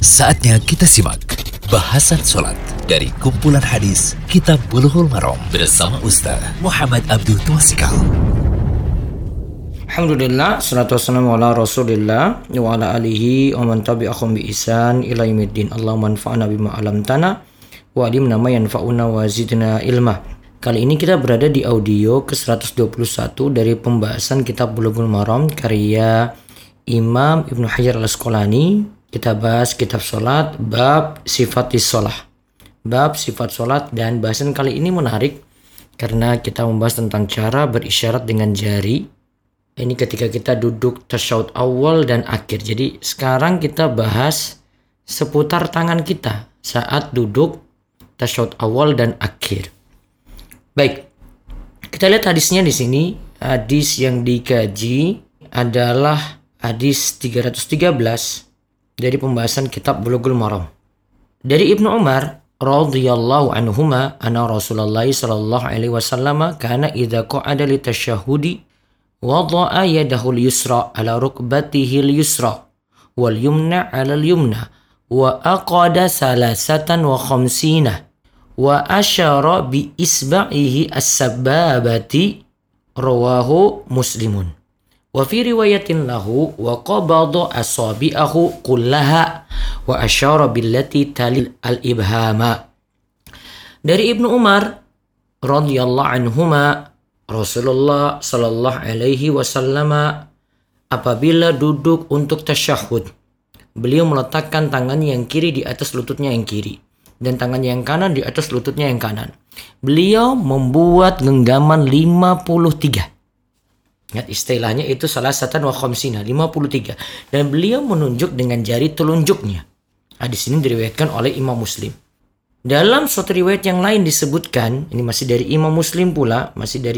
Saatnya kita simak bahasan sholat dari kumpulan hadis Kitab Bulughul Maram bersama Ustaz Muhammad Abdul Twasikal. Alhamdulillah, salatu wassalamu ala rasulillah wa ala alihi wa man tabi'ahum bi ihsan ila yaumiddin. Allahumma anfa'na bima 'allamtana wa 'allimna ma yanfa'una wa zidna ilma. Kali ini kita berada di audio ke-121 dari pembahasan Kitab Bulughul Maram karya Imam Ibnu Hajar al-Asqalani. Kita bahas kitab sholat, bab sifatis sholah. Bab sifat sholat, dan bahasan kali ini menarik karena kita membahas tentang cara berisyarat dengan jari. Ini ketika kita duduk tasyahud awal dan akhir. Jadi sekarang kita bahas seputar tangan kita saat duduk tasyahud awal dan akhir. Baik, kita lihat hadisnya di sini. Hadis yang dikaji adalah hadis 313 dari pembahasan kitab Bulughul Maram. Dari Ibnu Umar radhiyallahu anhuma anna Rasulullah sallallahu alaihi wasallam kana idza qa'ada li tasyahhudi wada'a yadahu al-yusra ala rukbatihi al-yusra wal yumna 'ala al-yumna wa aqada salasatan wa khamsina wa asyara bi isba'ihi as-sababati rawahu Muslimun. Wa fi riwayatin lahu wa qabada asabi'ahu kullaha wa asyara billati talil al-ibhama. Dari Ibnu Umar radhiyallahu anhuma, Rasulullah sallallahu alaihi wasallam apabila duduk untuk tasyahud, beliau meletakkan tangannya yang kiri di atas lututnya yang kiri dan tangannya yang kanan di atas lututnya yang kanan. Beliau membuat genggaman 53. Ingat istilahnya itu salasatan wa khamsina, 53. Dan beliau menunjuk dengan jari telunjuknya. Hadis ini diriwayatkan oleh Imam Muslim. Dalam suatu riwayat yang lain disebutkan, ini masih dari Imam Muslim pula,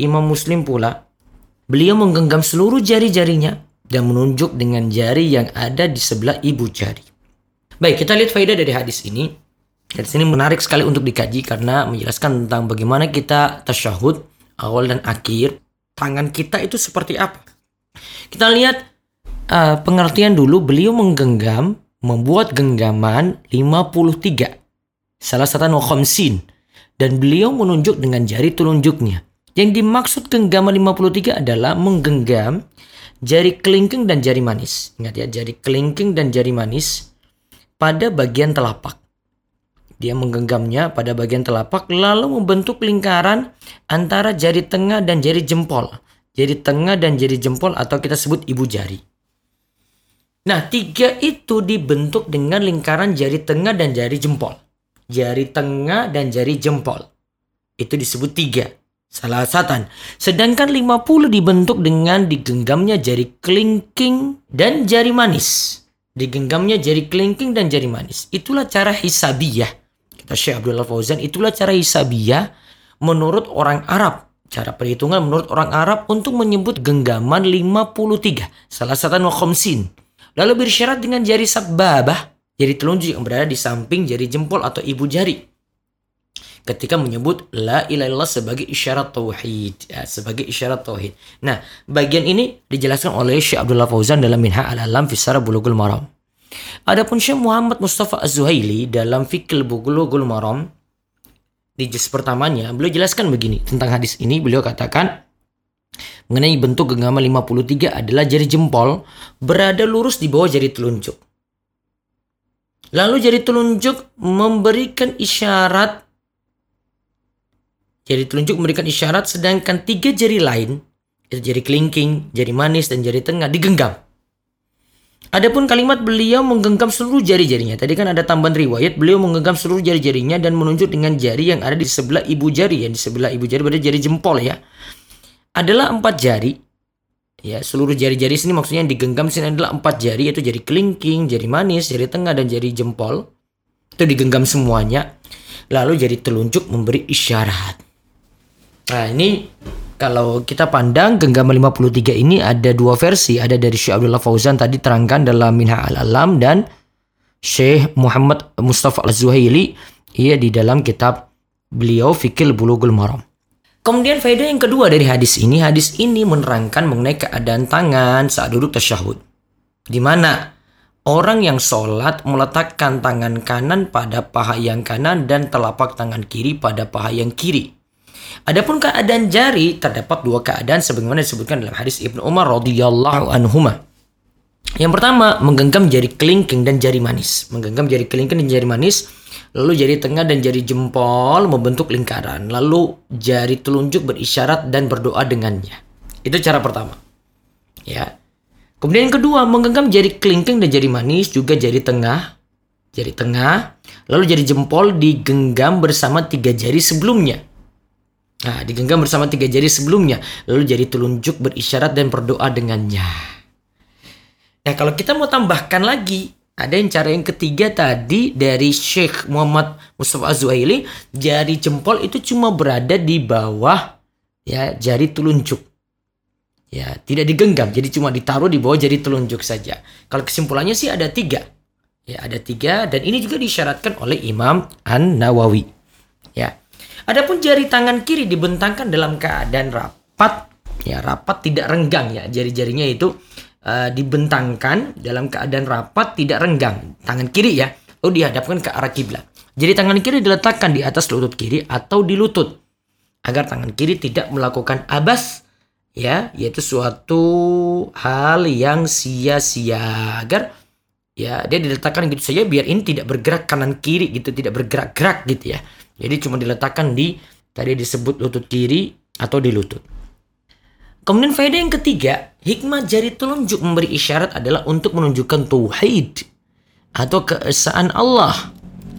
beliau menggenggam seluruh jari-jarinya dan menunjuk dengan jari yang ada di sebelah ibu jari. Baik, kita lihat faedah dari hadis ini. Hadis ini menarik sekali untuk dikaji karena menjelaskan tentang bagaimana kita tasyahud awal dan akhir. Tangan kita itu seperti apa? Kita lihat pengertian dulu. Beliau membuat genggaman 53. Salah satu wa khamsin. Dan beliau menunjuk dengan jari telunjuknya. Yang dimaksud genggaman 53 adalah menggenggam jari kelingking dan jari manis. Ingat ya, jari kelingking dan jari manis pada bagian telapak. Dia menggenggamnya pada bagian telapak lalu membentuk lingkaran antara jari tengah dan jari jempol. Jari tengah dan jari jempol atau kita sebut ibu jari. Nah, tiga itu dibentuk dengan lingkaran jari tengah dan jari jempol. Jari tengah dan jari jempol. Itu disebut tiga. Salah satu. Sedangkan 50 dibentuk dengan digenggamnya jari kelingking dan jari manis. Digenggamnya jari kelingking dan jari manis. Itulah cara hisabiyah. Syekh Abdullah Fauzan, itulah cara hisabiyah menurut orang Arab. Cara perhitungan menurut orang Arab untuk menyebut genggaman 53. Salah satu wa khamsin. Lalu bersyarat dengan jari sababah, jari telunjuk yang berada di samping jari jempol atau ibu jari. Ketika menyebut la ilaha illallah sebagai isyarat tauhid. Ya, sebagai isyarat tauhid. Nah, bagian ini dijelaskan oleh Syekh Abdullah Fauzan dalam Minha al-Alam fi Syarah Bulughul Maram. Adapun Syekh Muhammad Mustafa Az-Zuhaili dalam Fiqh Bulughul Maram di juz pertamanya, beliau jelaskan begini tentang hadis ini. Beliau katakan mengenai bentuk genggaman 53 adalah jari jempol berada lurus di bawah jari telunjuk. Lalu jari telunjuk memberikan isyarat, sedangkan tiga jari lain, itu jari kelingking, jari manis, dan jari tengah digenggam. Adapun kalimat beliau menggenggam seluruh jari-jarinya. Tadi kan ada tambahan riwayat, beliau menggenggam seluruh jari-jarinya dan menunjuk dengan jari yang ada di sebelah ibu jari. Yang di sebelah ibu jari berarti jari jempol ya. Adalah 4 jari. Ya, seluruh jari-jari sini maksudnya yang digenggam sini adalah 4 jari, yaitu jari kelingking, jari manis, jari tengah, dan jari jempol. Itu digenggam semuanya. Lalu jari telunjuk memberi isyarat. Nah, ini kalau kita pandang genggaman 53 ini ada dua versi. Ada dari Syekh Abdullah Fauzan tadi terangkan dalam Minha al-Alam, dan Syekh Muhammad Mustafa Az-Zuhaili di dalam kitab beliau Fiqh Bulughul Maram. Kemudian faedah yang kedua dari hadis ini menerangkan mengenai keadaan tangan saat duduk tasyahud. Di mana Orang yang sholat meletakkan tangan kanan pada paha yang kanan dan telapak tangan kiri pada paha yang kiri. Adapun keadaan jari, terdapat dua keadaan sebagaimana disebutkan dalam hadis Ibnu Umar radhiyallahu anhuma. Yang pertama, menggenggam jari kelingking dan jari manis. Menggenggam jari kelingking dan jari manis, lalu jari tengah dan jari jempol membentuk lingkaran. Lalu jari telunjuk berisyarat dan berdoa dengannya. Itu cara pertama. Ya. Kemudian yang kedua, menggenggam jari kelingking dan jari manis, juga jari tengah, lalu jari jempol digenggam bersama 3 jari sebelumnya. Nah, digenggam bersama 3 jari sebelumnya, lalu jari telunjuk berisyarat dan berdoa dengannya. Nah, kalau kita mau tambahkan lagi, ada yang cara yang ketiga tadi dari Syekh Muhammad Mustafa Az-Zuhaili, jari jempol itu cuma berada di bawah ya jari telunjuk. Ya, tidak digenggam, jadi cuma ditaruh di bawah jari telunjuk saja. Kalau kesimpulannya sih ada 3. Ya, ada 3 dan ini juga disyaratkan oleh Imam An-Nawawi. Ya. Adapun jari tangan kiri dibentangkan dalam keadaan rapat, ya rapat tidak renggang ya. Jari-jarinya itu dibentangkan dalam keadaan rapat tidak renggang. Tangan kiri ya, lalu dihadapkan ke arah kiblat. Jari tangan kiri diletakkan di atas lutut kiri atau di lutut agar tangan kiri tidak melakukan abas ya, yaitu suatu hal yang sia-sia, agar ya dia diletakkan gitu saja biar ini tidak bergerak kanan kiri gitu, tidak bergerak-gerak gitu ya. Jadi cuma diletakkan di tadi disebut lutut kiri atau di lutut. Kemudian faedah yang ketiga, hikmah jari telunjuk memberi isyarat adalah untuk menunjukkan tauhid atau keesaan Allah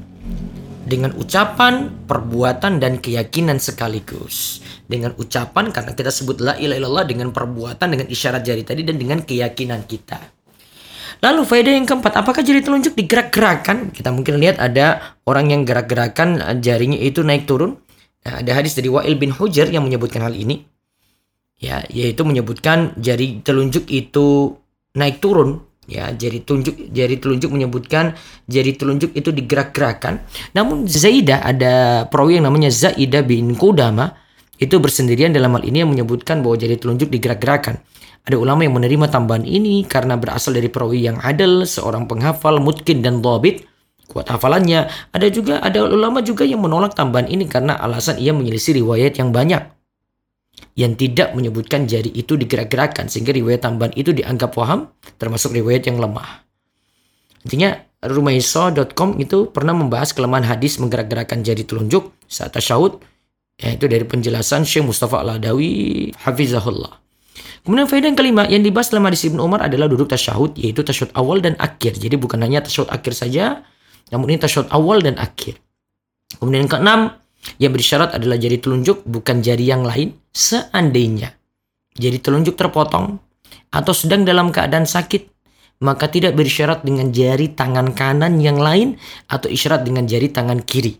dengan ucapan, perbuatan dan keyakinan sekaligus. Dengan ucapan karena kita sebut la ilaha illallah, dengan perbuatan dengan isyarat jari tadi dan dengan keyakinan kita. Lalu faedah yang keempat, apakah jari telunjuk digerak-gerakan? Kita mungkin lihat ada orang yang gerak-gerakan jarinya itu naik turun. Nah, ada hadis dari Wa'il bin Hujr yang menyebutkan hal ini. Ya, yaitu menyebutkan jari telunjuk itu naik turun. Ya, jari telunjuk menyebutkan jari telunjuk itu digerak-gerakan. Namun Zaidah, ada perawi yang namanya Zaidah bin Qudama, itu bersendirian dalam hal ini yang menyebutkan bahwa jari telunjuk digerak-gerakan. Ada ulama yang menerima tambahan ini karena berasal dari perawi yang adil, seorang penghafal, mutqin dan dhabit, kuat hafalannya. Ada ulama juga yang menolak tambahan ini karena alasan ia menyelisih riwayat yang banyak yang tidak menyebutkan jari itu digerak-gerakkan, sehingga riwayat tambahan itu dianggap waham, termasuk riwayat yang lemah. Intinya Rumayso.com itu pernah membahas kelemahan hadis menggerak-gerakkan jari telunjuk saat tasyahud, yaitu dari penjelasan Syekh Mustafa Al-Adawi hafizahullah. Kemudian faedah yang kelima yang dibahas dalam hadis Ibnu Umar adalah duduk tasyahud, yaitu tasyahud awal dan akhir. Jadi bukan hanya tasyahud akhir saja, namun ini tasyahud awal dan akhir. Kemudian yang keenam yang bersyarat adalah jari telunjuk, bukan jari yang lain. Seandainya jari telunjuk terpotong atau sedang dalam keadaan sakit, maka tidak bersyarat dengan jari tangan kanan yang lain atau isyarat dengan jari tangan kiri.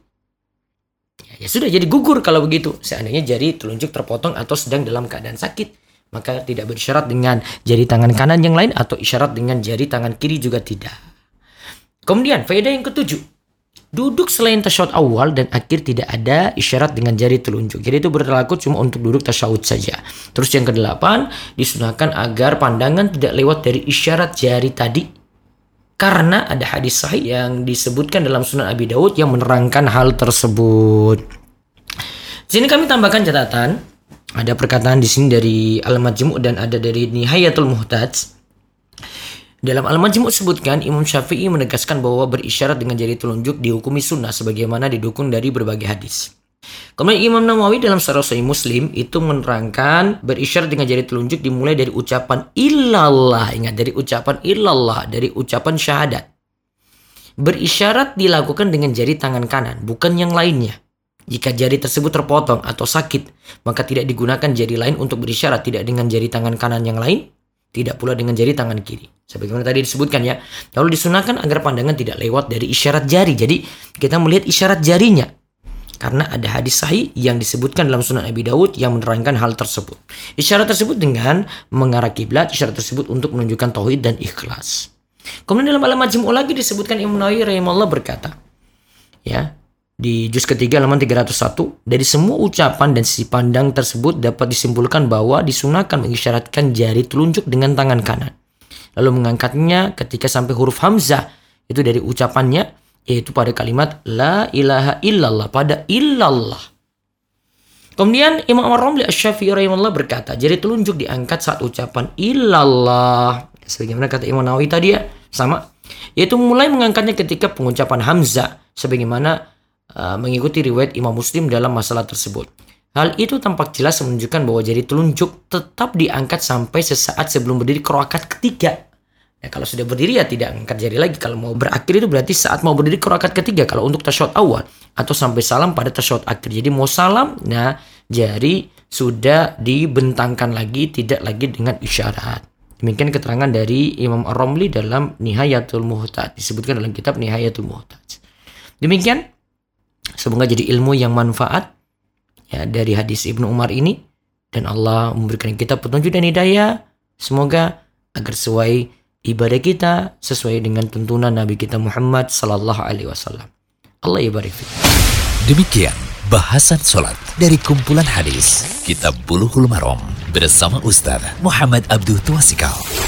Ya sudah, jadi gugur kalau begitu. Seandainya jari telunjuk terpotong atau sedang dalam keadaan sakit, maka tidak bersyarat dengan jari tangan kanan yang lain atau isyarat dengan jari tangan kiri juga tidak. Kemudian faedah yang ketujuh, duduk selain tasyahud awal dan akhir tidak ada isyarat dengan jari telunjuk. Jadi itu berlaku cuma untuk duduk tasyahud saja. Terus yang kedelapan, disunahkan agar pandangan tidak lewat dari isyarat jari tadi, karena ada hadis sahih yang disebutkan dalam Sunan Abi Dawud yang menerangkan hal tersebut. Di sini kami tambahkan catatan. Ada perkataan di sini dari Al-Majmu' dan ada dari Nihayatul Muhtaj. Dalam Al-Majmu' sebutkan Imam Syafi'i menegaskan bahwa berisyarat dengan jari telunjuk dihukumi sunnah sebagaimana didukung dari berbagai hadis. Kemudian Imam Nawawi dalam Syarah Sahih Muslim itu menerangkan berisyarat dengan jari telunjuk dimulai dari ucapan illallah. Ingat, dari ucapan illallah, dari ucapan syahadat. Berisyarat dilakukan dengan jari tangan kanan, bukan yang lainnya. Jika jari tersebut terpotong atau sakit, maka tidak digunakan jari lain untuk berisyarat, tidak dengan jari tangan kanan yang lain, tidak pula dengan jari tangan kiri. Sebagaimana tadi disebutkan ya. Lalu disunahkan agar pandangan tidak lewat dari isyarat jari. Jadi kita melihat isyarat jarinya. Karena ada hadis sahih yang disebutkan dalam Sunan Abi Dawud yang menerangkan hal tersebut. Isyarat tersebut dengan mengarah kiblat, isyarat tersebut untuk menunjukkan tauhid dan ikhlas. Kemudian dalam Al-Majmu' lagi disebutkan Imam Nawawi rahimahullah berkata, ya, di juz ketiga halaman 301, dari semua ucapan dan sisi pandang tersebut dapat disimpulkan bahwa disunahkan mengisyaratkan jari telunjuk dengan tangan kanan. lalu mengangkatnya ketika sampai huruf hamzah itu dari ucapannya, yaitu pada kalimat la ilaha illallah, pada illallah. Kemudian Imam Ar-Ramli Asy-Syafi'i rahimahullah berkata, jari telunjuk diangkat saat ucapan illallah. Sebagaimana kata Imam Nawawi tadi ya, sama. Yaitu mulai mengangkatnya ketika pengucapan hamzah, sebagaimana mengikuti riwayat Imam Muslim dalam masalah tersebut. Hal itu tampak jelas menunjukkan bahwa jari telunjuk tetap diangkat sampai sesaat sebelum berdiri ke rakaat ketiga. Nah, kalau sudah berdiri ya tidak angkat jari lagi. Kalau mau berakhir itu berarti saat mau berdiri ke rakaat ketiga. Kalau untuk tasyahud awal atau sampai salam pada tasyahud akhir. Jadi mau salam, nah jari sudah dibentangkan lagi, tidak lagi dengan isyarat. Demikian keterangan dari Imam Ar-Ramli dalam Nihayatul Muhtaj. Disebutkan dalam kitab Nihayatul Muhtaj. Demikian, semoga jadi ilmu yang manfaat ya dari hadis Ibnu Umar ini, dan Allah memberikan kita petunjuk dan hidayah, semoga agar sesuai ibadah kita sesuai dengan tuntunan Nabi kita Muhammad sallallahu alaihi wasallam. Allah ibarik. Demikian bahasan sholat dari kumpulan hadis Kitab Bulughul Maram bersama Ustaz Muhammad Abduh Twasikal.